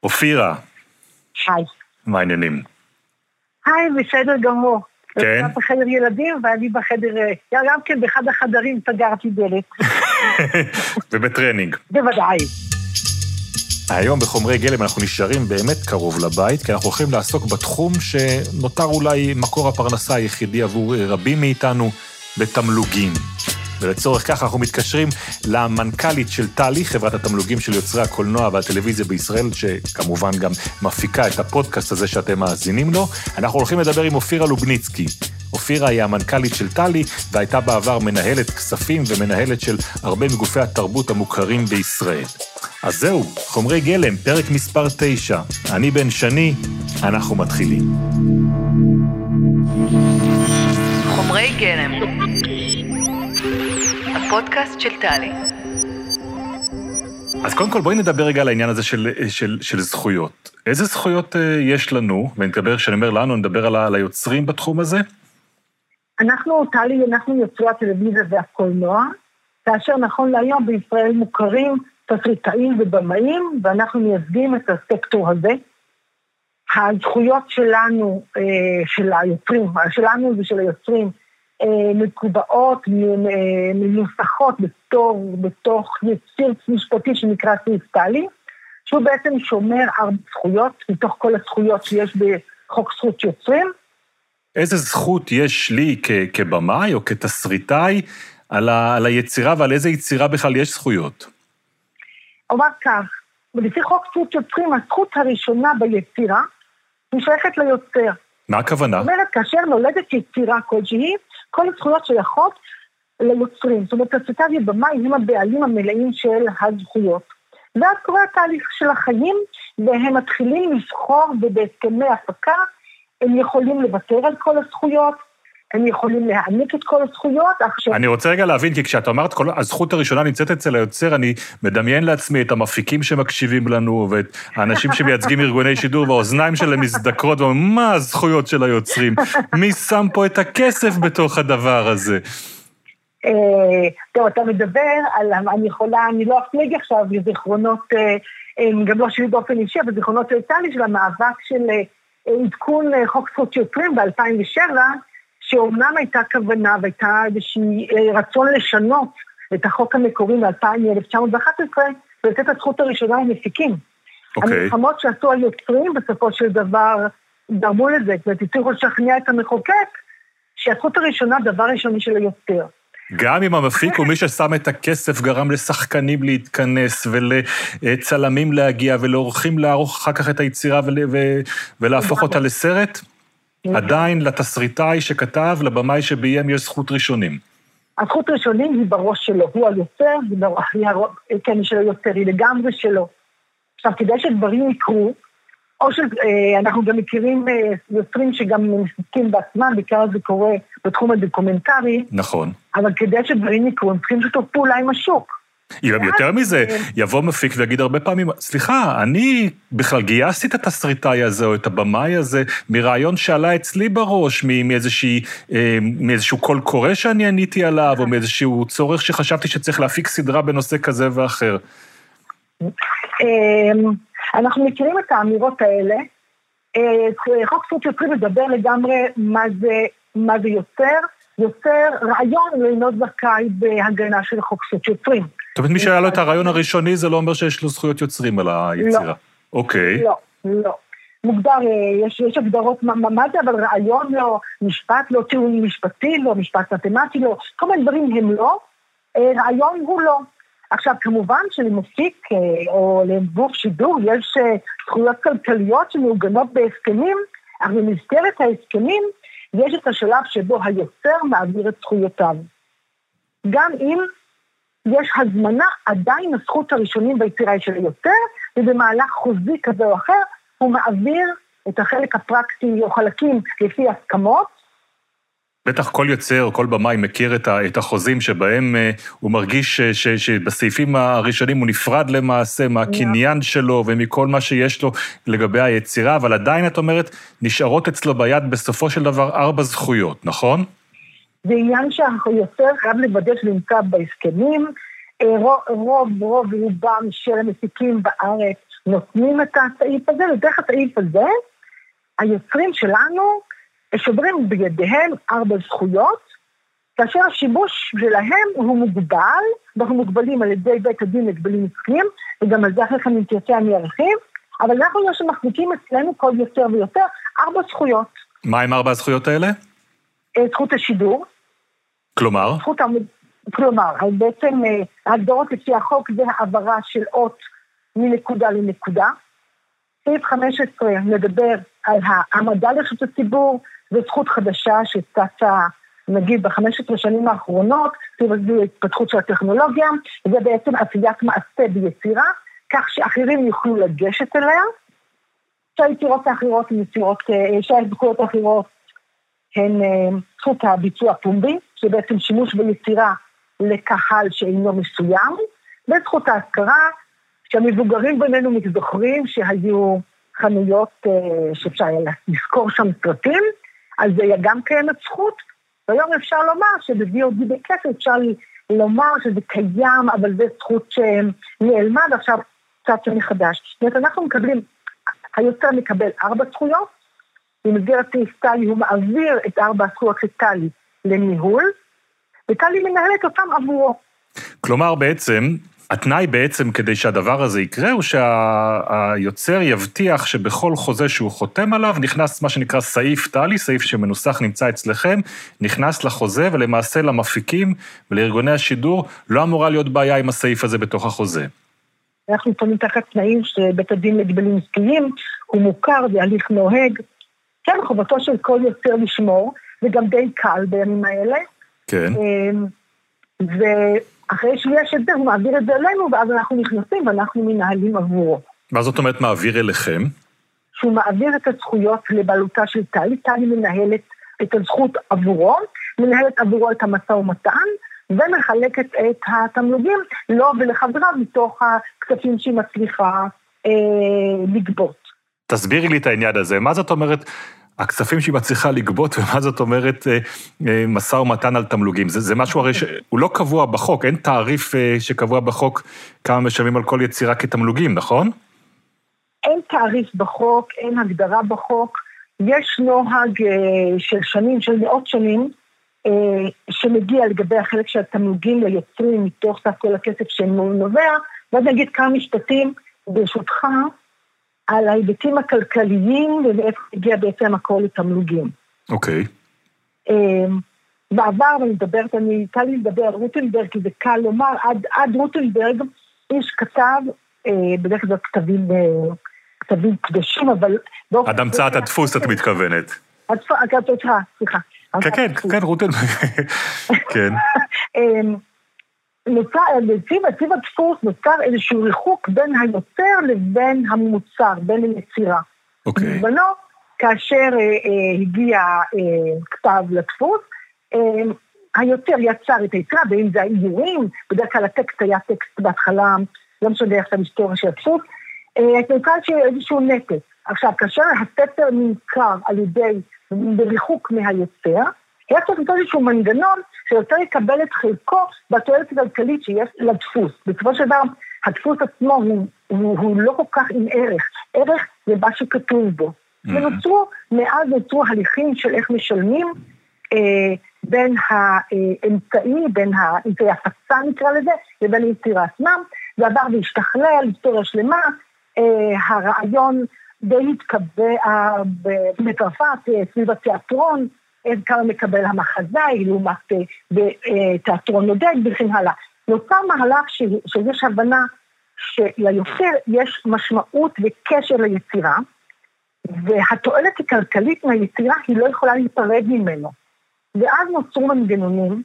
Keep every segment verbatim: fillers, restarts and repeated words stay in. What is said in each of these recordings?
אופירה. היי. מה העניינים? היי, בסדר גמור. כן? אני בחדר ילדים ואני בחדר, גם כן באחד החדרים סגרתי דלת. ובטרנינג. בוודאי. היום בחומרי גלם אנחנו נשארים באמת קרוב לבית, כי אנחנו הולכים לעסוק בתחום שנותר אולי מקור הפרנסה היחידי עבור רבים מאיתנו, בתמלוגים. ולצורך כך אנחנו מתקשרים למנכ"לית של טלי, חברת התמלוגים של יוצרי הקולנוע והטלוויזיה בישראל, שכמובן גם מפיקה את הפודקאסט הזה שאתם מאזינים לו. אנחנו הולכים לדבר עם אופירה לובניצקי. אופירה היא המנכ"לית של טלי, והייתה בעבר מנהלת כספים ומנהלת של הרבה מגופי התרבות המוכרים בישראל. אז זהו, חומרי גלם, פרק מספר תשע. אני בן שני, אנחנו מתחילים. חומרי גלם. הפודקאסט של טלי. אז קודם כל בואי נדבר רגע על העניין הזה של, של, של זכויות. איזה זכויות uh, יש לנו, ונדבר, כשאני אומר לנו, נדבר על, על היוצרים בתחום הזה? אנחנו, טלי, אנחנו יוצרי הטלוויזיה והקולנוע, כאשר נכון להיום בישראל מוכרים תסריטאים ובמאים, ואנחנו מייצגים את הסקטור הזה. הזכויות שלנו, של היוצרים, שלנו ושל היוצרים, מקובעות, מנוסחות בתור, בתוך יציר משפטי שנקרא סעיף טלי, שהוא בעצם שומר ארבע זכויות, מתוך כל הזכויות שיש בחוק זכות יוצרים. איזה זכות יש לי כ- כבמאי או כתסריטאי על, ה- על היצירה, ועל איזה יצירה בכלל יש זכויות? אומר כך, לפי חוק זכות יוצרים, הזכות הראשונה ביצירה היא שייכת ליוצר. מה הכוונה? זאת אומרת, כאשר נולדת יצירה כלשהי, כל הזכויות שייכות ליוצרים. זאת אומרת, תסריטאי ובמאי הם הבעלים המלאים של הזכויות. ואז קורה התהליך של החיים, והם מתחילים לסחור ובהסכמי הפקה, הם יכולים לוותר על כל הזכויות, הם יכולים להעניק את כל הזכויות. עכשיו... אני רוצה רגע להבין, כי כשאת אמרת, כל הזכות הראשונה נמצאת אצל היוצר, אני מדמיין לעצמי את המפיקים שמקשיבים לנו, ואת האנשים שמייצגים ארגוני שידור, והאוזניים שלהם מזדקרות, ואומרים, מה הזכויות של היוצרים? מי שם פה את הכסף בתוך הדבר הזה? טוב, אתה מדבר על, אני יכולה, אני לא אפליג עכשיו לזיכרונות, גם לא שלי באופן אישי, אבל זיכרונות טלי של המאבק של עדכון חוק זכות יוצרים ב-אלפיים ושבע, שאומנם הייתה כוונה והייתה איזושהי רצון לשנות את החוק המקורי מ-אלף תשע מאות ואחת עשרה, ולתת את הזכות הראשונה למפיקים. Okay. המלחמות שעשו היוצרים בסופו של דבר גרמו לזה, זאת הצליחו לשכנע את המחוקק, שהזכות הראשונה דבר ראשוני של היוצר. גם אם המפיק הוא מי ששם את הכסף גרם לשחקנים להתכנס ולצלמים להגיע ולאורחים לערוך אחר כך את היצירה ולהפוך אותה לסרט, עדיין לתסריטאי שכתב, לבמאי שביים יש זכות ראשונים. הזכות ראשונים היא בראש שלו, הוא היוצר, כן, של היוצר, היא לגמרי שלו. עכשיו, כדי שדברים יקרו, או שאנחנו גם מכירים יוצרים שגם מסתכלים בעצמם, בעיקר זה קורה בתחום הדוקומנטרי. נכון. אבל כדי שדברים יקרו, הם צריכים שיתוף פעולה עם השוק. יותר מזה, יבוא מפיק ויגיד הרבה פעמים, סליחה, אני בכלל גייסתי את התסריטאי הזה או את הבמאי הזה, מרעיון שעלה אצלי בראש, מאיזשהו קול קורא שאני עניתי עליו, או מאיזשהו צורך שחשבתי שצריך להפיק סדרה בנושא כזה ואחר. אנחנו מכירים את האמירות האלה, חוק זכות יוצרים מדבר לגמרי מה זה יוצר, יוצר רעיון לא זכאי בהגנה של חוק זכות יוצרים. זאת אומרת, מי שהיה לו את הרעיון הראשוני, זה לא אומר שיש לו זכויות יוצרים על היצירה. לא. אוקיי. לא, לא. מוגדר, יש, יש הגדרות מה זה, אבל רעיון לא, משפט לא, טיעון משפטי לא, משפט מתמטי לא, כל מיני דברים הם לא, רעיון הוא לא. עכשיו, כמובן שלמפיק או לגוף שידור יש זכויות כלכליות שמעוגנות בהסכמים, אבל במסגרת ההסכמים יש את השלב שבו היוצר מעביר את זכויותיו. גם אם יש הזמנה, עדיין הזכות הראשונים ביצירה היא של היוצר, ובמהלך חוזי כזה או אחר, הוא מעביר את החלק הפרקטי או חלקים לפי הסכמות. בטח כל יוצר או כל במאי מכיר את החוזים שבהם הוא מרגיש שבסעיפים הראשונים הוא נפרד למעשה מהקניין שלו ומכל מה שיש לו לגבי היצירה, אבל עדיין את אומרת, נשארות אצלו ביד בסופו של דבר ארבע זכויות, נכון? זה עניין שהיוצר חייב לוודא שנמצא בהסכמים, רוב, רוב, רוב רובם של המפיקים בארץ נותנים את הסעיף הזה, ודרך הסעיף הזה, היוצרים שלנו שוברים בידיהם ארבע זכויות, כאשר השיבוש שלהם הוא מוגבל, ואנחנו מוגבלים על ידי בית הדין לגבלים עסקיים, וגם על זה אחרי כן מתייצא אני ארחיב, אבל אנחנו יש מחזיקים אצלנו כל יותר ויותר ארבע זכויות. מה עם ארבע הזכויות האלה? זכות השידור. כלומר? זכות, כלומר, בעצם ההגדרות לפי החוק זה העברה של אות מנקודה לנקודה. סעיף חמש עשרה מדבר על העמדה לרשות הציבור, זו זכות חדשה שצצה נגיד ב-חמש עשרה שנים האחרונות, זו התפתחות של הטכנולוגיה, זה בעצם עשיית מעשה ביצירה, כך שאחרים יוכלו לגשת אליה, שהיצירות האחרות הן יצירות, שהזכויות האחרות הן זכות הביצוע פומבי, שבעצם שימוש ביצירה לקהל שאינו מסוים, וזכות ההשכרה, שהמבוגרים בינינו מתזוכרים שהיו חנויות שאפשר היה לזכור שם סרטים, אז זה גם קיימת זכות, והיום אפשר לומר שב-וי או די בכסף אפשר לומר שזה קיים, אבל זה זכות שנעלמה, ועכשיו קצת מחדש. זאת אומרת, אנחנו מקבלים, היוצר מקבל ארבע זכויות, במסגרת סעיף טלי הוא מעביר את ארבע הזכויות לטלי לניהול, וטלי מנהלת אותם עבורו. כלומר בעצם, התנאי בעצם כדי שהדבר הזה יקרה, הוא שהיוצר יבטיח שבכל חוזה שהוא חותם עליו, נכנס מה שנקרא סעיף טלי, סעיף שמנוסח נמצא אצלכם, נכנס לחוזה ולמעשה למפיקים ולארגוני השידור, לא אמורה להיות בעיה עם הסעיף הזה בתוך החוזה. אנחנו פונים תחת תנאים שבית הדין לגבלים עסקיים, הוא מוכר בהליך נוהג, כן, חובתו של כל יוצר לשמור, וגם די קל בימים האלה. כן. ואחרי שיש את זה, הוא מעביר את זה אלינו, ואז אנחנו נכנסים ואנחנו מנהלים עבורו. מה זאת אומרת מעביר אליכם? שהוא מעביר את הזכויות לבעלותה של טלי, טלי מנהלת את הזכות עבורו, מנהלת עבורו את המשא ומתן, ומחלקת את התמלוגים, לא ולחבריו מתוך הכספים שהיא מצליחה אה, לגבות. תסבירי לי את העניין הזה, מה זאת אומרת הכספים שהיא מצליחה לגבות, ומה זאת אומרת אה, אה, משא ומתן על תמלוגים? זה, זה משהו הרי שהוא לא קבוע בחוק, אין תעריף אה, שקבוע בחוק כמה משלמים על כל יצירה כתמלוגים, נכון? אין תעריף בחוק, אין הגדרה בחוק, יש נוהג אה, של שנים, של מאות שנים, אה, שמגיע לגבי החלק של התמלוגים ליוצרים מתוך סך כל הכסף שנובע, ואז נגיד כמה משפטים ברשותך, על ההיבטים הכלכליים, ואיפה הגיע בעצם הכל לתמלוגים. אוקיי. Okay. בעבר, אני מדברת, אני קל לי לדבר על רוטנברג, כי זה קל לומר, עד, עד רוטנברג, איש כתב, בדרך כלל כתבים, כתבים קדושים, אבל... עד המצאת הדפוס את מתכוונת. סליחה, סליחה. כן, כן, כן, רוטנברג. כן. נוצר, בציב הדפוס נוצר איזשהו ריחוק בין היוצר לבין המוצר, בין היצירה. אוקיי. Okay. בזמנו, כאשר אה, אה, הגיע אה, כתב לדפוס, אה, היוצר יצר את היצירה, ואם זה האיורים, בדרך כלל הטקסט היה טקסט בהתחלה, לא משנה עכשיו היסטוריה של הדפוס, אה, נוצר איזשהו נטס. עכשיו, כאשר הספר נמכר על ידי, בריחוק מהיוצר, היה צריך לתת איזשהו מנגנון שיותר יקבל את חלקו בתועלת הכלכלית שיש לדפוס. בסופו של דבר, הדפוס עצמו הוא, הוא, הוא לא כל כך עם ערך. ערך זה מה שכתוב בו. Mm-hmm. ונוצרו, מאז נוצרו הליכים של איך משלמים אה, בין האמצעי, בין האמצעי הפצה נקרא לזה, לבין היצירה עצמם. זה עבר והשתכלל, היסטוריה שלמה, אה, הרעיון די התקבע בצרפת, סביב התיאטרון, כמה מקבל המחזאי, לעומת בתיאטרון נודד וכן הלאה. נוצר מהלך שיש הבנה שליוצר יש משמעות וקשר ליצירה, והתועלת הכלכלית מהיצירה היא לא יכולה להיפרד ממנו. ואז נוצרו מנגנונים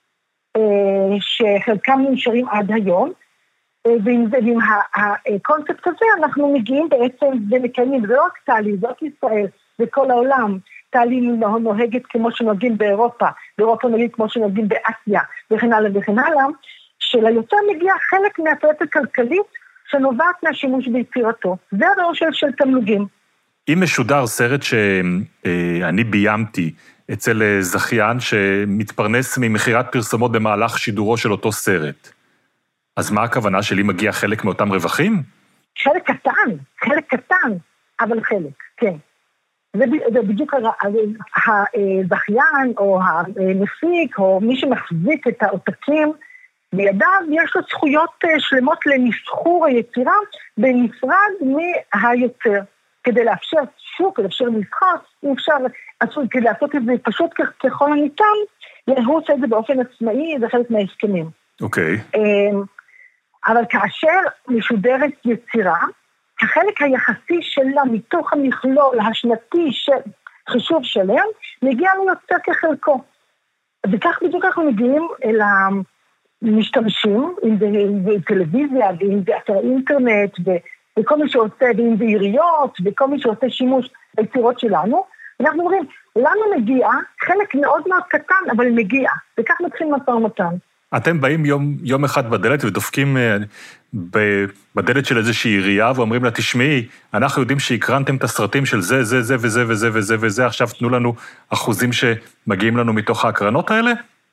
שחלקם נשארים עד היום, ועם, ועם הקונספט הזה אנחנו מגיעים בעצם ומקיימים, זה לא רק טלי, זאת ישראל, זה כל העולם. טלי נוהגת כמו שנוהגים באירופה, באירופה נוהגים כמו שנוהגים באסיה, וכן הלאה וכן הלאה, שליוצר מגיע חלק מהתועלת הכלכלית שנובעת מהשימוש ביצירתו. זה הרעיון של, של תמלוגים. אם משודר סרט שאני ביימתי אצל זכיין שמתפרנס ממחירת פרסומות במהלך שידורו של אותו סרט, אז מה הכוונה שלי מגיע חלק מאותם רווחים? חלק קטן, חלק קטן, אבל חלק, כן. זה, זה בדיוק הזכיין או המפיק או מי שמחזיק את העותקים, בידיו יש לו זכויות שלמות למסחור היצירה בנפרד מהיוצר. כדי לאפשר שוק, כדי לאפשר מסחר, אם אפשר, כדי לעשות את זה פשוט ככל הניתן, הוא עושה את זה באופן עצמאי, זה חלק מההסכמים. אוקיי. אבל כאשר משודרת יצירה, החלק היחסי שלה מתוך המכלול השנתי של חישוב שלם, מגיע ליוצר כחלקו. וכך בדיוק אנחנו מגיעים אל המשתמשים, אם זה טלוויזיה, ואם זה אתר אינטרנט, וכל מי שעושה, ואם זה עיריות, וכל מי שעושה שימוש ביצירות שלנו, אנחנו אומרים, לנו מגיע חלק מאוד מאוד קטן, אבל מגיע, וכך מתחיל משא ומתן. אתם באים יום, יום אחד בדלת ודופקים בדלת של איזושהי עירייה, ואומרים לה, תשמעי, אנחנו יודעים שהקרנתם את הסרטים של זה, זה, זה וזה וזה וזה וזה, עכשיו תנו לנו אחוזים שמגיעים לנו מתוך ההקרנות האלה?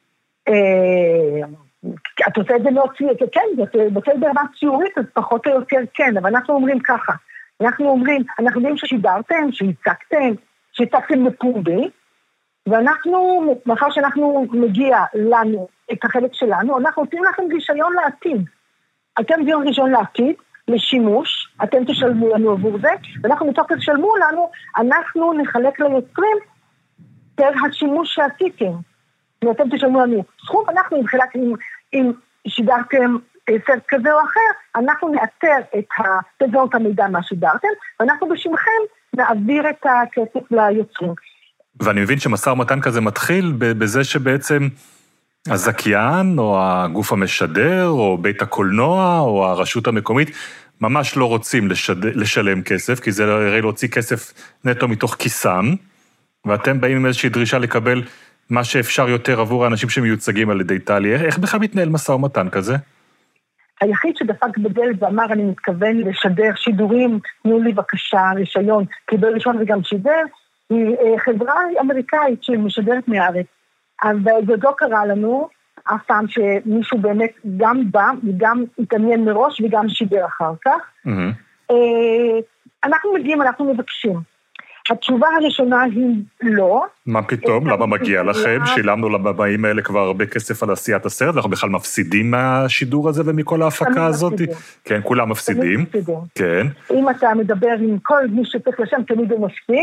את עושה את זה מאוד ציורית, כן, זה בוצע ברמה ציורית, אז פחות או יותר כן, אבל אנחנו אומרים ככה, אנחנו אומרים, אנחנו יודעים ששידרתם, שהצגתם, שהצגתם בפומבי, ואנחנו, מאחר שאנחנו מגיע לנו את החלק שלנו, אנחנו נותנים לכם רישיון לעתיד. אתם דיון רישיון לעתיד, לשימוש, אתם תשלמו לנו עבור זה, ואנחנו מתוך תשלמו לנו, אנחנו נחלק ליוצרים פר השימוש שעשיתם. ואתם תשלמו לנו סכום, אנחנו נתחלק אם, אם שידרתם סרט כזה או אחר, אנחנו נאתר את תזהות המידע מה שידרתם, ואנחנו בשמכם נעביר את הכסף ליוצרים. ואני מבין שמסע ומתן כזה מתחיל בזה שבעצם הזכיין או הגוף המשדר או בית הקולנוע או הרשות המקומית ממש לא רוצים לשד... לשלם כסף, כי זה הרי להוציא כסף נטו מתוך כיסם, ואתם באים עם איזושהי דרישה לקבל מה שאפשר יותר עבור האנשים שמיוצגים על ידי טלי. איך בכלל מתנהל מסע ומתן כזה? היחיד שדפק בדלת ואמר, אני מתכוון לשדר שידורים, תנו לי בבקשה רישיון, קיבל ראשון וגם שידר, היא חברה אמריקאית שמשדרת מהארץ. אז זה לא קרה לנו, אף פעם שמישהו באמת גם בא, וגם התעניין מראש וגם שידר אחר כך. Mm-hmm. אנחנו מגיעים, אנחנו מבקשים. התשובה הראשונה היא לא. מה פתאום? למה מגיע לכם? שילמנו לבאים האלה כבר הרבה כסף על עשיית הסרט, ואנחנו בכלל מפסידים מהשידור הזה ומכל ההפקה הזאת? כן, כולם מפסידים. כן. אם אתה מדבר עם כל מי שצריך לשם, תמיד הוא מפסיד.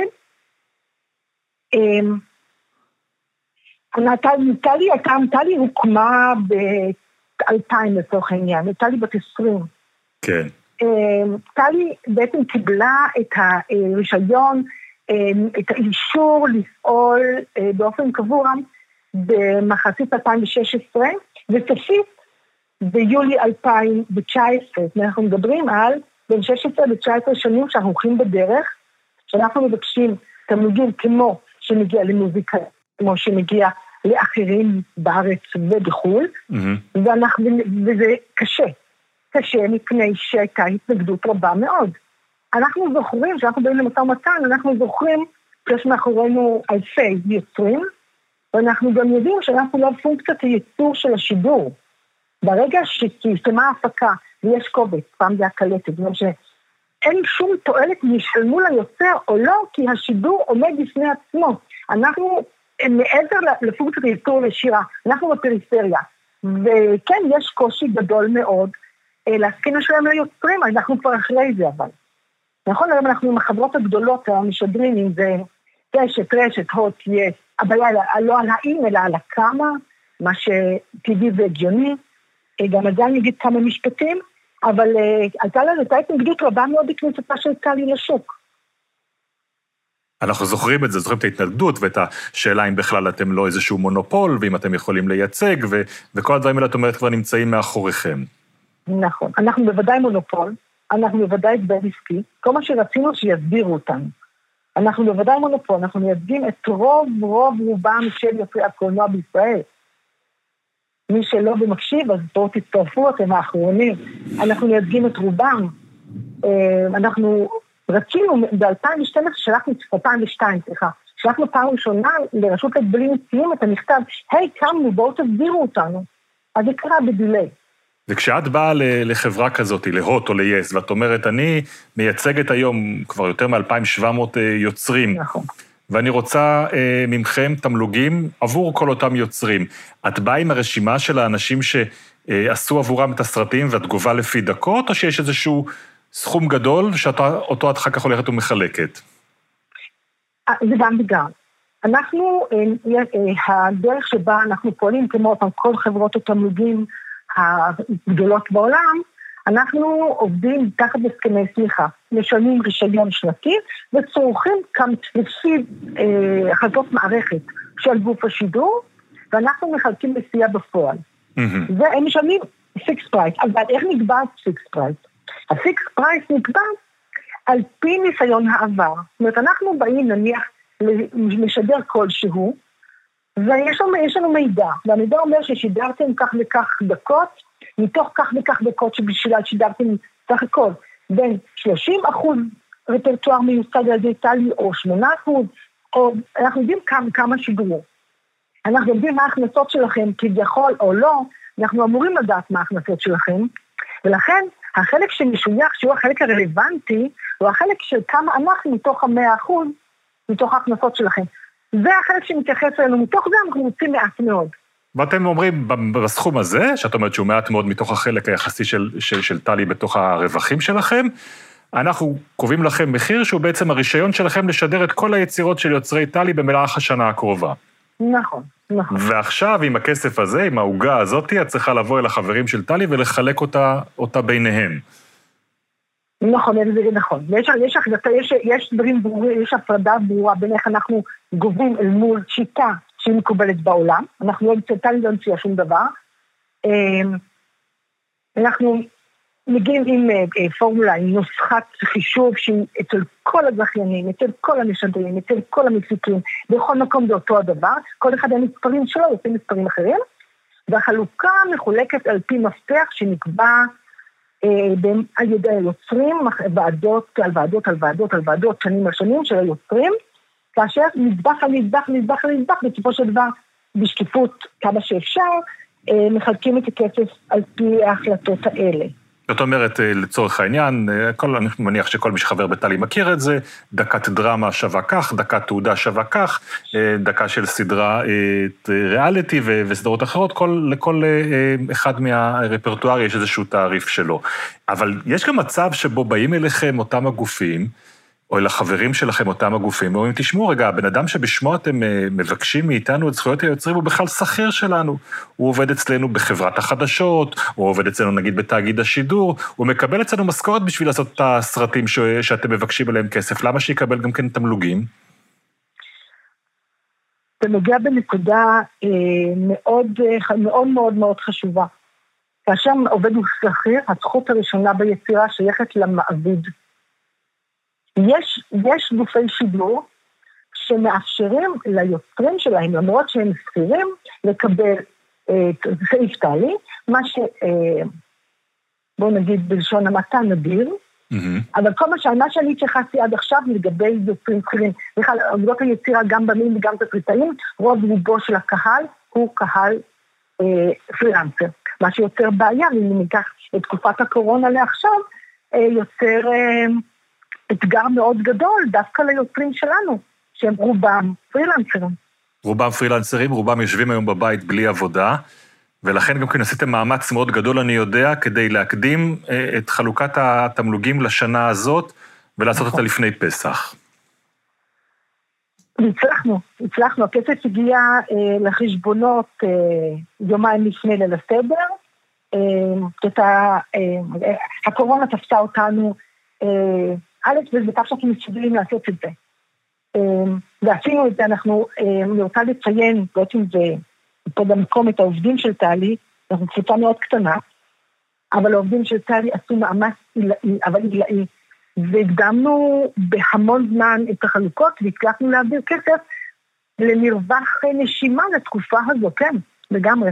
טלי, טלי הוקמה ב-אלפיים לצורך העניין, טלי בת עשרים. כן. טלי בעצם קיבלה את הרישיון, את האישור לפעול באופן קבוע במחצית אלפיים ושש עשרה, וסופית ביולי אלפיים תשע עשרה. אנחנו מדברים על בין שש עשרה ל-תשע עשרה שנים שאנחנו הולכים בדרך, שאנחנו מבקשים תמלוגים כמו שמגיע למוזיקה, כמו שמגיע לאחרים בארץ ובחול, mm-hmm. ואנחנו, וזה קשה, קשה מפני שהייתה התנגדות רבה מאוד. אנחנו זוכרים, שאנחנו באים למשא ומתן, אנחנו זוכרים שיש מאחורינו אלפי יוצרים, ואנחנו גם יודעים שאנחנו לא פונקציית הייצור של השידור. ברגע שהסתיימה ההפקה ויש קובץ, פעם זה הקלטת, זאת אומרת שאין שום תועלת ישלמו ליוצר או לא, כי השידור עומד בפני עצמו. אנחנו מעבר לפונקציית הייצור לשירה, אנחנו בפריפריה, וכן יש קושי גדול מאוד להסכים לשלם ליוצרים, אנחנו כבר אחרי זה אבל. נכון, היום אנחנו עם החברות הגדולות המשדרים, אם זה רשת, רשת, הוט, יש, הבעיה לא על האם, אלא על הכמה, מה שטבעי והגיוני, גם עדיין נגיד כמה משפטים, אבל הייתה לנו, הייתה התנגדות רבה מאוד בכניסתה של טלי לשוק. אנחנו זוכרים את זה, זוכרים את ההתנגדות, ואת השאלה אם בכלל אתם לא איזשהו מונופול, ואם אתם יכולים לייצג, ו- וכל הדברים האלה, את אומרת, כבר נמצאים מאחוריכם. נכון, אנחנו בוודאי מונופול, אנחנו בוודאי בית עסקי, כל מה שרצינו שיסבירו אותנו. אנחנו בוודאי מונופול, אנחנו מייצגים את רוב, רוב רובם של יוצרי הקולנוע בישראל. מי שלא במקשיב, אז בואו תצטרפו, אתם האחרונים. אנחנו מייצגים את רובם. אנחנו רצינו, ב-אלפיים ושתים עשרה שלחנו, אלפיים ושתיים, סליחה, שלחנו פעם ראשונה לרשות ההגבלים עסקיים את המכתב, היי, קמנו, בואו תסבירו אותנו. אז זה קרה בדילי. וכשאת באה לחברה כזאת, להוט או ליס, ואת אומרת, אני מייצגת היום כבר יותר מ-אלפיים ושבע מאות יוצרים, נכון. ואני רוצה אה, ממכם תמלוגים עבור כל אותם יוצרים. את באה עם הרשימה של האנשים שעשו עבורם את הסרטים, ואת גובה לפי דקות, או שיש איזשהו סכום גדול, שאותו את אחר כך הולכת ומחלקת? זה גם וגם. אנחנו, הדרך שבה אנחנו פועלים, כמו כל חברות התמלוגים הגדולות בעולם, אנחנו עובדים תחת הסכמי סליחה, משלמים רישיון שנתי, וצורכים לפי אה, החלטות מערכת של גוף השידור, ואנחנו מחלקים לסיעה בפועל. Mm-hmm. והם משלמים פיקס פרייס. אבל איך נקבע פיקס פרייס? הפיקס פרייס נקבע על פי ניסיון העבר. זאת אומרת, אנחנו באים נניח לשדר כלשהו, ויש לנו, יש לנו מידע, והמידע אומר ששידרתם כך וכך דקות, מתוך כך וכך דקות שבשבילה שידרתם סך הכל, בין שלושים אחוז רפרטואר מיוצג על ידי טלי, או שמונה אחוז, או אנחנו יודעים כמה, כמה שידרו. אנחנו יודעים מה ההכנסות שלכם, כביכול או לא, אנחנו אמורים לדעת מה ההכנסות שלכם, ולכן החלק שמשוייך, שהוא החלק הרלוונטי, הוא החלק של כמה אנחנו מתוך המאה אחוז, מתוך ההכנסות שלכם. זה החלק שמתייחס אלינו, מתוך זה אנחנו רוצים מעט מאוד. ואתם אומרים, בסכום הזה, שאת אומרת שהוא מעט מאוד מתוך החלק היחסי של, של, של טלי בתוך הרווחים שלכם, אנחנו קובעים לכם מחיר שהוא בעצם הרישיון שלכם לשדר את כל היצירות של יוצרי טלי במהלך השנה הקרובה. נכון, נכון. ועכשיו עם הכסף הזה, עם ההוגה הזאת, את צריכה לבוא אל החברים של טלי ולחלק אותה, אותה ביניהם. נכון, זה נכון. יש, יש, יש, יש דברים ברורים, יש הפרדה ברורה בין איך אנחנו גובים אל מול שיטה שהיא מקובלת בעולם. אנחנו לא נצטטלי, לא נציע שום דבר. אנחנו מגיעים עם פורמולה, עם נוסחת חישוב שהיא אצל כל הזכיינים, אצל כל המשדרים, אצל כל המפיקים, בכל מקום זה אותו הדבר. כל אחד המספרים שלו יוצאים מספרים אחרים. והחלוקה מחולקת על פי מפתח שנקבע על ידי היוצרים, ועדות על ועדות על ועדות על ועדות, שנים על שנים של היוצרים, כאשר נדבך על נדבך, נדבך על נדבך, בסופו של דבר, בשקיפות כמה שאפשר, מחלקים את הכסף על פי ההחלטות האלה. זאת אומרת, לצורך העניין, כל, אני מניח שכל מי שחבר בטלי מכיר את זה, דקת דרמה שווה כך, דקת תעודה שווה כך, דקה של סדרה ריאליטי וסדרות אחרות, כל, לכל אחד מהרפרטואר יש איזשהו תעריף שלו. אבל יש גם מצב שבו באים אליכם אותם הגופים, או אל החברים שלכם אותם הגופים, ואומרים, תשמעו רגע, הבן אדם שבשמו אתם מבקשים מאיתנו את זכויות היוצרים, הוא בכלל שכיר שלנו. הוא עובד אצלנו בחברת החדשות, הוא עובד אצלנו נגיד בתאגיד השידור, הוא מקבל אצלנו משכורת בשביל לעשות את הסרטים ש... שאתם מבקשים עליהם כסף. למה שיקבל גם כן תמלוגים? זה מגיע בנקודה אה, מאוד, מאוד מאוד מאוד חשובה. כאשר עובד הוא שכיר, הזכות הראשונה ביצירה שייכת למעביד. יש, יש גופי שידור שמאפשרים ליוצרים שלהם, למרות שהם שכירים, לקבל סעיף טלי, מה ש... בואו נגיד בלשון המעטה נדיר, mm-hmm. אבל כל מה שאני, מה שאני התייחסתי עד עכשיו לגבי יוצרים שכירים, בכלל, עבודות היצירה גם במים וגם תסריטאים, רוב רובו של הקהל הוא קהל אה, פרילנסר. מה שיוצר בעיה, אם ניקח את תקופת הקורונה לעכשיו, אה, יוצר... אה, אתגר מאוד גדול, דווקא ליוצרים שלנו, שהם רובם פרילנסרים. רובם פרילנסרים, רובם יושבים היום בבית בלי עבודה, ולכן גם כן עשיתם מאמץ מאוד גדול, אני יודע, כדי להקדים את חלוקת התמלוגים לשנה הזאת, ולעשות אותה לפני פסח. הצלחנו, הצלחנו. הכסף הגיע אה, לחשבונות אה, יומיים לפני ליל הסדר. אה, אה, הקורונה תפסה אותנו, אה, א', וזה כך שאנחנו מסוגלים לעשות את זה. ועשינו את זה, אנחנו, אני רוצה לציין, בעצם זה, פה במקום את העובדים של טלי, אנחנו קבוצה מאוד קטנה, אבל העובדים של טלי עשו מאמץ עילאי, אבל עילאי, והקדמנו בהמון זמן את החלוקות, והצלחנו להעביר כסף למרווח נשימה לתקופה הזו, כן, לגמרי.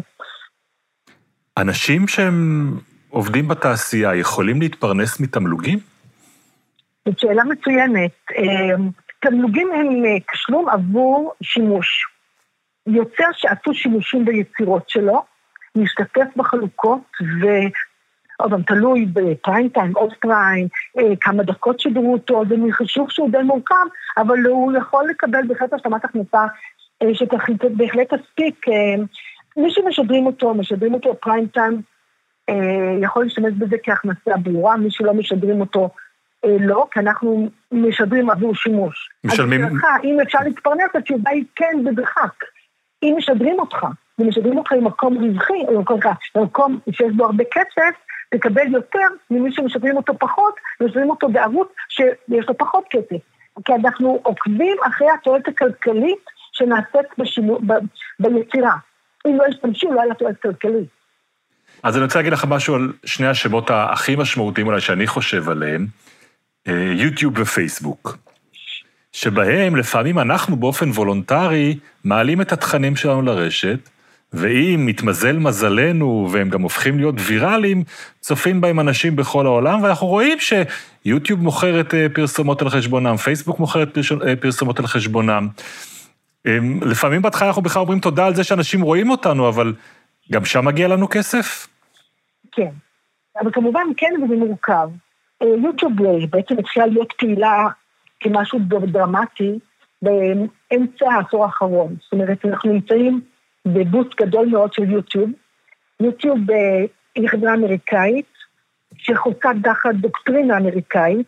אנשים שהם עובדים בתעשייה, יכולים להתפרנס מתמלוגים? זאת שאלה מצוינת. תמלוגים הם תשלום עבור שימוש. יוצר שעשו שימושים ביצירות שלו, להשתתף בחלוקות, ועוד פעם, תלוי בפריים טיים, עוד פריים, כמה דקות שידרו אותו, זה חשוב שהוא די מורכב, אבל הוא יכול לקבל בהחלט השלמת הכנסה, שבהחלט תספיק, מי שמשדרים אותו, משדרים אותו פריים טיים, יכול להשתמש בזה כהכנסה ברורה, מי שלא משדרים אותו לא, כי אנחנו משדרים עבור שימוש. משלמים... אז לך, אם אפשר להתפרנס, התשובה היא כן בדחק. אם משדרים אותך, ומשדרים אותך במקום רווחי, או במקום שיש בו הרבה כסף, תקבל יותר ממי שמשדרים אותו פחות, ומשדרים אותו בערוץ שיש לו פחות כסף. כי אנחנו עוקבים אחרי התועלת הכלכלית שנעשית בשימו... ב... ביצירה. אם לא ישתמשו, לא היה תועלת כלכלית. אז אני רוצה להגיד לך משהו על שני השמות הכי משמעותיים אולי שאני חושב עליהם, יוטיוב ופייסבוק, שבהם לפעמים אנחנו באופן וולונטרי מעלים את התכנים שלנו לרשת, ואם מתמזל מזלנו והם גם הופכים להיות ויראליים, צופים בהם אנשים בכל העולם, ואנחנו רואים שיוטיוב מוכרת פרסומות על חשבונם, פייסבוק מוכרת פרסומות על חשבונם. לפעמים בהתחלה אנחנו בכלל אומרים תודה על זה שאנשים רואים אותנו, אבל גם שם מגיע לנו כסף? כן, אבל כמובן כן וזה מורכב. יוטיוב בעצם התחילה להיות פעילה כמשהו דרמטי באמצע העשור האחרון. זאת אומרת, אנחנו נמצאים בבוסט גדול מאוד של יוטיוב. יוטיוב היא חברה אמריקאית שחוקה תחת דוקטרינה אמריקאית,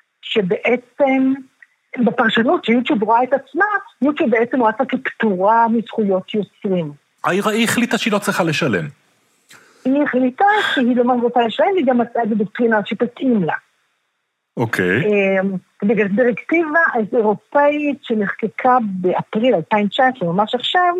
שבעצם בפרשנות שיוטיוב רואה את עצמה, יוטיוב בעצם רואה אותה כפטורה מזכויות יוצרים. היא החליטה שהיא לא צריכה לשלם. היא החליטה שהיא לא רוצה לשלם, היא גם מצאה איזו דוקטרינה שתתאים לה. אוקיי. בגלל דירקטיבה האירופאית שנחקקה באפריל אלפיים תשע עשרה, ממש עכשיו,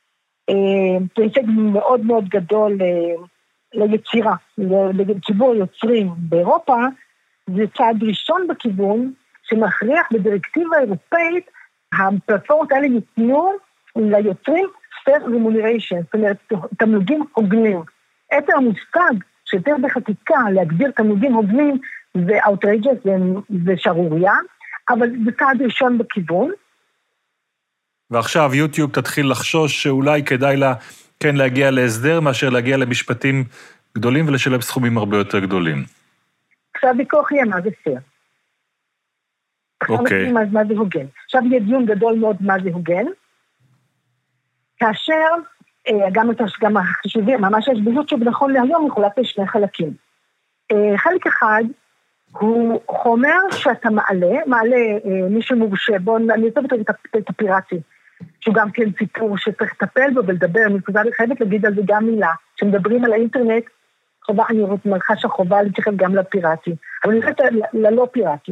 זה הישג מאוד מאוד גדול ליצירה, לציבור יוצרים באירופה, זה צעד ראשון בכיוון שמכריח בדירקטיבה האירופאית, הפלטפורמות האלה ייתנו ליוצרים fair remuneration, זאת אומרת, תמלוגים הוגנים. את המושג שיותר בחקיקה להגדיר תמלוגים הוגנים זה outrageous, זה שרוריה, אבל זה צעד ראשון בכיוון. ועכשיו יוטיוב תתחיל לחשוש שאולי כדאי לה כן להגיע להסדר, מאשר להגיע למשפטים גדולים ולשלם סכומים הרבה יותר גדולים. עכשיו ויכוח יהיה מה זה פייר. אוקיי. מה זה הוגן. עכשיו יהיה דיון גדול מאוד מה זה הוגן, כאשר גם, גם החשובים, ממש יש ביוטיוב נכון להיום, מחולק לשני חלקים. חלק אחד הוא חומר שאתה מעלה, מעלה מי שמורשה, בוא נעזוב את הפיראטי, שהוא גם כן סיפור שצריך לטפל בו ולדבר, אני חייבת להגיד על זה גם מילה, כשמדברים על האינטרנט, חובה, אני מרחה שהחובה להתייחס גם לפיראטי, אבל אני חושבת ללא פיראטי.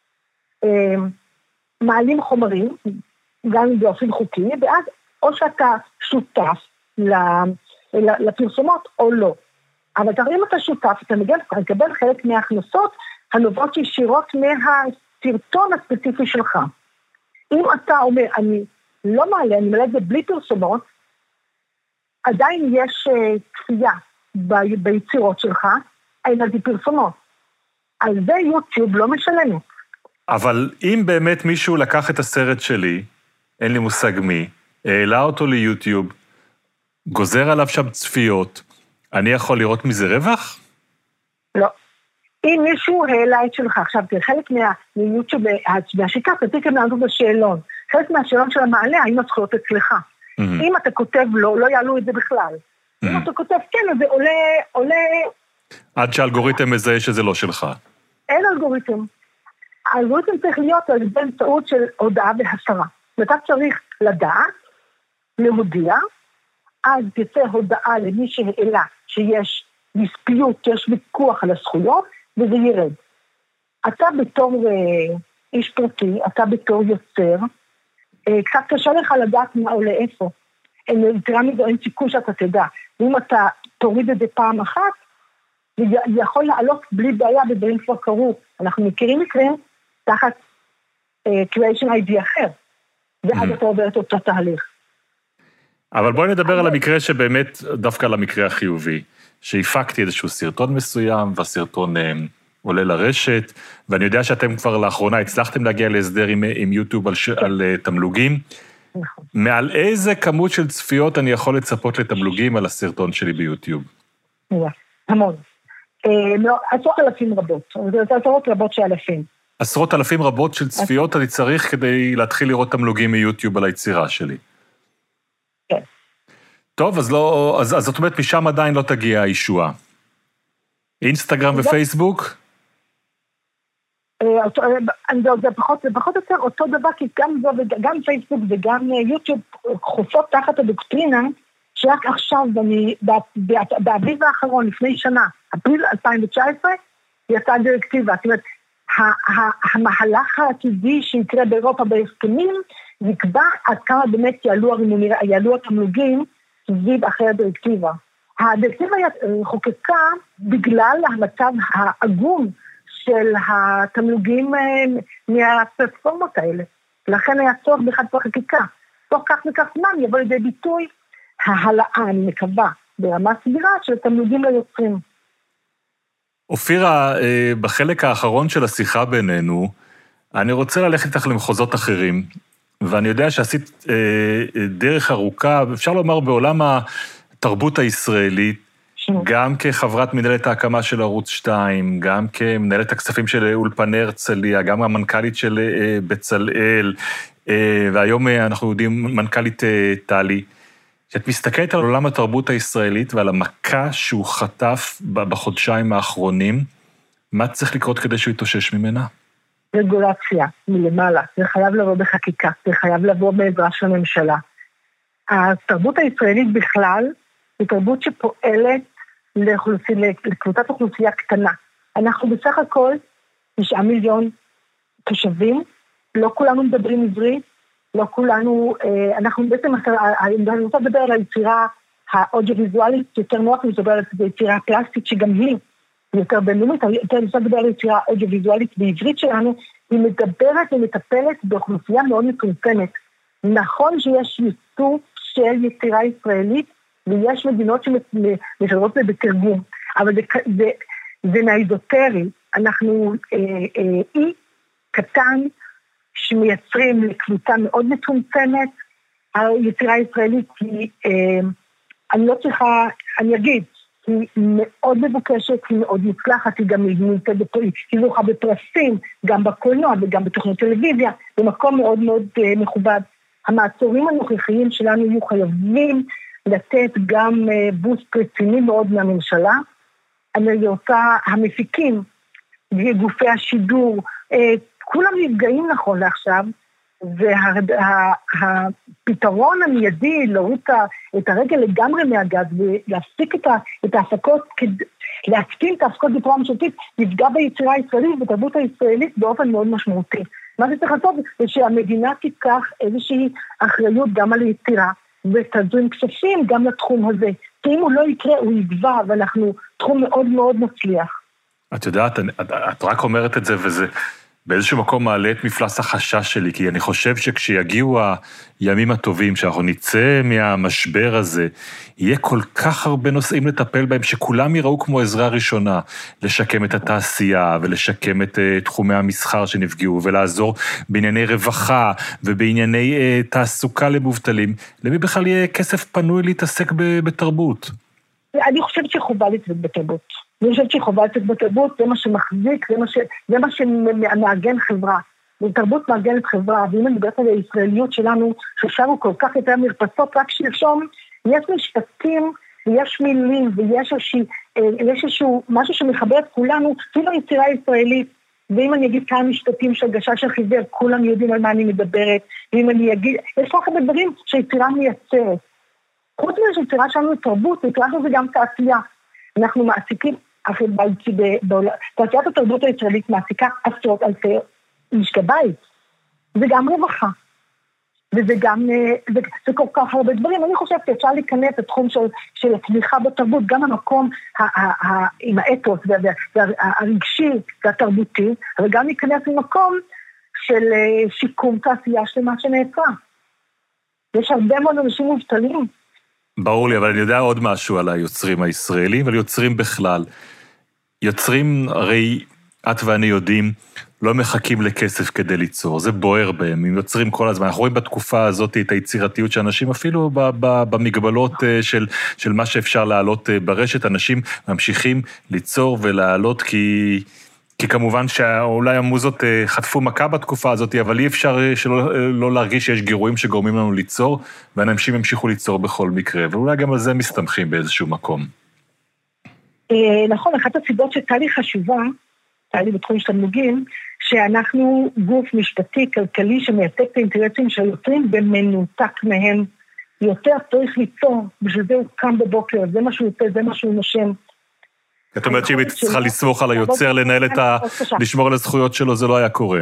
מעלים חומרים, גם באופן חוקי, ואז או שאתה שותף לפרסומות או לא. אבל אם אתה שותף, אתה מקבל חלק מההכנסות הנובעות ישירות מהסרטון הספציפי שלך. אם אתה אומר, אני לא מעלה, אני מעלה את זה בלי פרסומות, עדיין יש כפייה ביצירות שלך, אין על זה פרסומות. על זה יוטיוב לא משלמת. אבל אם באמת מישהו לקח את הסרט שלי, אין לי מושג מי, העלה אותו ליוטיוב, גוזר עליו שם צפיות, אני יכול לראות מזה רווח? לא. אם מישהו העלה את שלך, עכשיו, חלק מיוטיוב, והשיטה, תתיק הם לענות בשאלון, חלק מהשאלון של המעלה, האם הזכויות אצלך. אם אתה כותב לא, לא יעלו את זה בכלל. אם אתה כותב כן, אז זה עולה, עולה... עד שהאלגוריתם מזהה שזה לא שלך. אין אלגוריתם. האלגוריתם צריך להיות על באמצעות של הודעה והסרה. ואתה צריך לדעת, להודיע, אז תצא הודעה למי שהעלה שיש דיספיוט, יש ויכוח על הזכויות, וזה ירד. אתה בתור אה, איש פרטי, אתה בתור יוצר, אה, קצת קשה לך לדעת מה עולה איפה. אין, תראה מזה, אין סיכוי שאתה תדע. ואם אתה תוריד את זה פעם אחת, זה יכול לעלות בלי בעיה, ודברים כבר קרו. אנחנו מכירים מקרים תחת אה, creation איי די אחר, ואז אתה עובר את אותו תהליך. אבל בואי נדבר על המקרה שבאמת, דווקא על המקרה החיובי, שהפקתי איזשהו סרטון מסוים, והסרטון עולה לרשת, ואני יודע שאתם כבר לאחרונה הצלחתם להגיע להסדר עם, עם יוטיוב על, על תמלוגים, נכון. מעל איזה כמות של צפיות אני יכול לצפות לתמלוגים על הסרטון שלי ביוטיוב? המון. עשרות אלפים רבות, עשרות רבות של אלפים. עשרות אלפים רבות של צפיות אני צריך כדי להתחיל לראות תמלוגים מיוטיוב על היצירה שלי. כן. טוב, אז לא, אז, אז זאת אומרת, משם עדיין לא תגיע הישועה. אינסטגרם ופייסבוק? זה פחות, זה פחות יותר אותו דבר, כי גם, גם פייסבוק וגם יוטיוב חופות תחת הדוקטרינה, שרק עכשיו, באביב האחרון, לפני שנה, אפריל אלפיים תשע עשרה, יצאה דירקטיבה. זאת אומרת, המהלך העתידי שיקרה באירופה בהסכמים, נקבע עד כמה באמת יעלו התמלוגים סביב אחרי הדירקטיבה. הדירקטיבה חוקקה בגלל המצב העגום של התמלוגים מהפלטפורמות האלה. לכן היה צורך בכלל בחקיקה. תוך כך וכך זמן יבוא לידי ביטוי ההעלאה, אני מקווה, ברמה סבירה של תמלוגים ליוצרים. אופירה, בחלק האחרון של השיחה בינינו, אני רוצה ללכת איתך למחוזות אחרים, ואני יודע שעשית דרך ארוכה, אפשר לומר בעולם התרבות הישראלית, גם כחברת מנהלת ההקמה של ערוץ שתיים, גם כמנהלת הכספים של אולפני הרצליה, גם המנכ"לית של בצלאל, והיום אנחנו יודעים מנכ"לית טלי, שאת מסתכלת על עולם התרבות הישראלית ועל המכה שהוא חטף בחודשיים האחרונים, מה צריך לקרות כדי שהוא יתאושש ממנה? רגולציה מלמעלה, זה חייב לבוא בחקיקה, זה חייב לבוא בעזרה של הממשלה. התרבות הישראלית בכלל, היא תרבות שפועלת לקבוצת אוכלוסייה קטנה. אנחנו בסך הכל תשעה מיליון תושבים, לא כולנו מדברים עברית, לא כולנו, אנחנו בעצם, אני רוצה לדבר על היצירה האודיו-ויזואלית, יותר נוח לדבר על היצירה הפלסטית, שגם היא יותר בינלאומית, יותר רוצה לדבר על היצירה האודיו-ויזואלית בעברית שלנו, היא מדברת ומטפלת באוכלוסייה מאוד מצומצמת. נכון שיש ייצור של יצירה ישראלית, ויש מדינות שמשלבות זה בתרגום, אבל זה, זה, זה מהאיזוטרי. אנחנו אה, אה, אי קטן שמייצרים לקבוצה מאוד מצומצמת. היצירה הישראלית היא, אה, אני לא צריכה, אני אגיד, היא מאוד מבוקשת, היא מאוד מוצלחת, היא גם היא זוכה בפרסים, גם בקולנוע וגם בתוכניות טלוויזיה, במקום מאוד מאוד אה, מכובד. המעצורים הנוכחיים שלנו יהיו חייבים לתת גם בוסט רציני מאוד מהממשלה. אני רוצה, המפיקים, גופי השידור, כולם נפגעים נכון לעכשיו, והפתרון המיידי להוריד את הרגל לגמרי מהגז, ולהפסיק את ההפקות, להקטין את ההפקות בצורה ממשלתית, נפגע ביצירה הישראלית ובתרבות הישראלית באופן מאוד משמעותי. מה שצריך לעשות זה שהמדינה תיקח איזושהי אחריות גם על היצירה, ותזרים כספים גם לתחום הזה. כי אם הוא לא יקרה, הוא יגבר, ואנחנו תחום מאוד מאוד מצליח. את יודעת, את, את רק אומרת את זה, וזה באיזשהו מקום מעלה את מפלס החשש שלי, כי אני חושב שכשיגיעו הימים הטובים, שאנחנו נצא מהמשבר הזה, יהיה כל כך הרבה נושאים לטפל בהם, שכולם יראו כמו עזרה ראשונה, לשקם את התעשייה, ולשקם את uh, תחומי המסחר שנפגעו, ולעזור בענייני רווחה, ובענייני uh, תעסוקה למובטלים. למי בכלל יהיה כסף פנוי להתעסק בתרבות? אני חושבת שחובה להתעסק בתרבות. אני חושבת שחובה לתת בתרבות, זה מה שמחזיק, זה מה, ש... זה מה שמאגן חברה. תרבות מאגנת חברה, ואם אני מדברת על הישראליות שלנו, ששמו כל כך יותר מרפסות, רק שלשום, יש משפטים, ויש מילים, ויש איזשהו, יש איזשהו משהו שמחבר את כולנו, כאילו היצירה הישראלית, ואם אני אגיד כמה משפטים של הגשה של חיוור, כולם יודעים על מה אני מדברת, ואם אני אגיד, יש כל כך הרבה דברים שהיצירה מייצרת. חוץ מזה שיצירה שלנו תרבות, היצירה שלנו זה גם תעשייה. אנחנו מעסיקים, תעשיית התרבות הישראלית מעסיקה עשרות אלפי משקי בית. זה גם רווחה. וזה גם, זה, זה כל כך הרבה דברים. אני חושבת שאפשר להיכנס לתחום של, של התמיכה בתרבות, גם המקום ה, ה, ה, עם האתוס והרגשי והתרבותי, אבל גם להיכנס למקום של שיקום תעשייה שלמה שנעצרה. יש הרבה מאוד אנשים מובטלים. ברור לי, אבל אני יודע עוד משהו על היוצרים הישראלים, ועל יוצרים בכלל. יוצרים, הרי את ואני יודעים, לא מחכים לכסף כדי ליצור, זה בוער בהם, הם יוצרים כל הזמן, אנחנו רואים בתקופה הזאת את היצירתיות של אנשים, אפילו במגבלות של, של מה שאפשר לעלות ברשת, אנשים ממשיכים ליצור ולעלות, כי, כי כמובן שאולי המוזות חטפו מכה בתקופה הזאת, אבל אי אפשר שלא לא להרגיש שיש גירויים שגורמים לנו ליצור, ואנשים המשיכו ליצור בכל מקרה, ואולי גם על זה מסתמכים באיזשהו מקום. נכון, אחת הסיבות שתהלי חשובה, תהלי בתחום של תמלוגים, שאנחנו גוף משפטי, כלכלי, שמייצג את האינטרסים של היוצרים, במנותק מהם. יותר צריך ליצור, בשביל זה הוא קם בבוקר, זה מה שהוא יוצא, זה מה שהוא נושם. את אומרת שאם היא צריכה לסמוך על היוצר, לנהל את ה... לשמור על הזכויות שלו, זה לא היה קורה.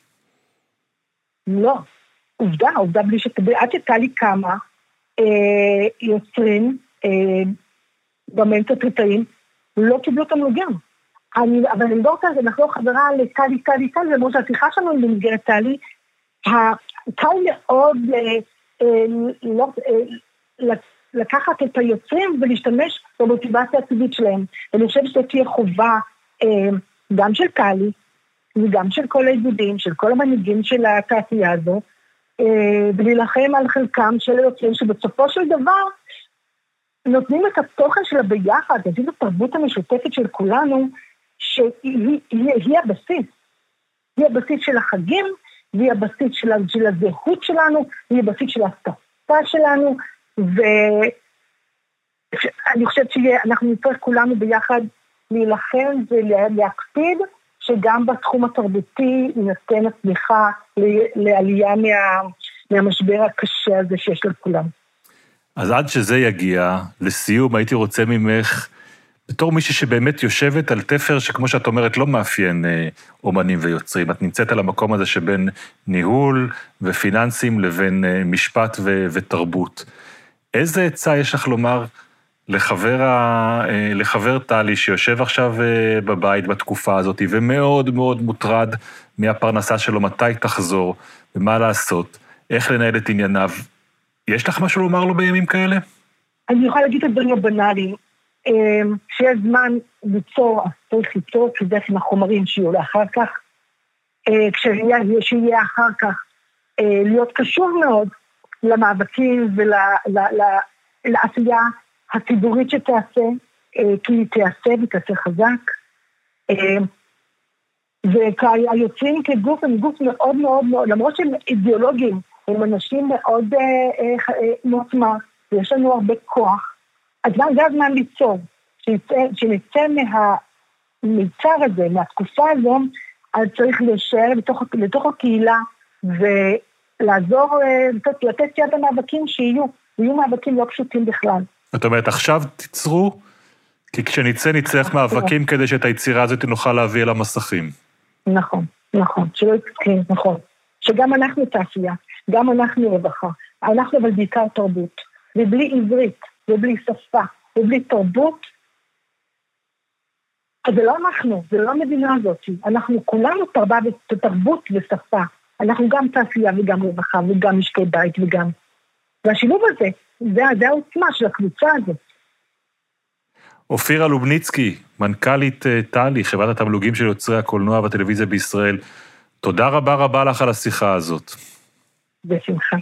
לא. עובדה, עובדה בלי שתבל, עד שתהלי כמה יוצרים, במנט התריטאים, לא קיבלו תמלוגים. אני, אבל אני לא רוצה לחזור חזרה לטלי, טלי, טלי, למרות שהשיחה שלנו במסגרת טלי, קל מאוד אה, לא, אה, לקחת את היוצרים ולהשתמש במוטיבציה הטבעית שלהם. אני חושבת שזאת תהיה חובה אה, גם של טלי, וגם של כל האיגודים, של כל המנהיגים של התעשייה הזו, אה, ולהילחם על חלקם של היוצרים, שבסופו של דבר, נותנים את התוכן שלה ביחד, את התרבות המשותפת של כולנו, שהיא היא, היא, היא הבסיס. היא הבסיס של החגים, והיא הבסיס של, של הזהות שלנו, והיא הבסיס של השפה שלנו, ואני חושבת שאנחנו נצטרך כולנו ביחד להילחם ולהקפיד, שגם בתחום התרבותי ניתן התמיכה לעלייה מה, מהמשבר הקשה הזה שיש לכולם. אז עד שזה יגיע, לסיום הייתי רוצה ממך, בתור מישהי שבאמת יושבת על תפר שכמו שאת אומרת לא מאפיין אה, אומנים ויוצרים, את נמצאת על המקום הזה שבין ניהול ופיננסים לבין אה, משפט ו- ותרבות. איזה עצה יש לך לומר לחבר, ה- אה, לחבר טלי שיושב עכשיו אה, בבית בתקופה הזאת ומאוד מאוד מוטרד מהפרנסה שלו, מתי תחזור ומה לעשות, איך לנהל את ענייניו, יש לך משהו לומר לו בימים כאלה? אני יכולה להגיד את הדברים הבנאליים, שיש זמן ליצור, אז צריך ליצור, כי זה עם החומרים שיהיו לאחר כך, כשיהיה אחר כך, להיות קשור מאוד למאבקים ולעשייה הציבורית שתעשה, כי היא תעשה ותעשה חזק, והיוצרים כגוף הם גוף מאוד מאוד מאוד, למרות שהם אידיאולוגיים, הם אנשים מאוד מוצמח, ויש לנו הרבה כוח, אז זה הזמן ליצור, שנצא מהמיצר הזה, מהתקופה הזו, אז צריך להישאר לתוך, לתוך הקהילה, ולעזור, לתת, לתת יד המאבקים שיהיו, ויהיו מאבקים לא פשוטים בכלל. זאת אומרת, עכשיו תיצרו, כי כשנצא נצטרך מאבקים כדי שאת היצירה הזאת נוכל להביא אל המסכים. נכון, נכון, שלא יתקיים, נכון. שגם אנחנו תעשייה, גם אנחנו רווחה, אנחנו אבל בעיקר תרבות, ובלי עברית, ובלי שפה, ובלי תרבות, אז זה לא אנחנו, זה לא המדינה הזאת, אנחנו כולנו תרבות ושפה, אנחנו גם תעשייה וגם רווחה, וגם משקי בית וגם, והשילוב הזה, זה, זה העוצמה של הקבוצה הזאת. אופירה לובניצקי, מנכ"לית טלי, חברת התמלוגים של יוצרי הקולנוע והטלוויזיה בישראל, תודה רבה רבה לך על השיחה הזאת. בשמחה.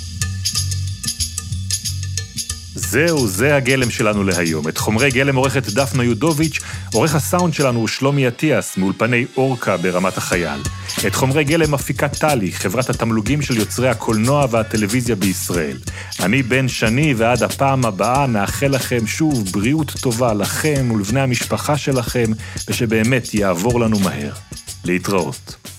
זהו, זה הגלם שלנו להיום. את חומרי גלם עורכת דפנה יודוביץ', עורך הסאונד שלנו הוא שלומי עטיאס, מאולפני אורקה ברמת החייל. את חומרי גלם מפיקה טלי, חברת התמלוגים של יוצרי הקולנוע והטלוויזיה בישראל. אני בן שני, ועד הפעם הבאה נאחל לכם שוב בריאות טובה לכם ולבני המשפחה שלכם, ושבאמת יעבור לנו מהר. להתראות.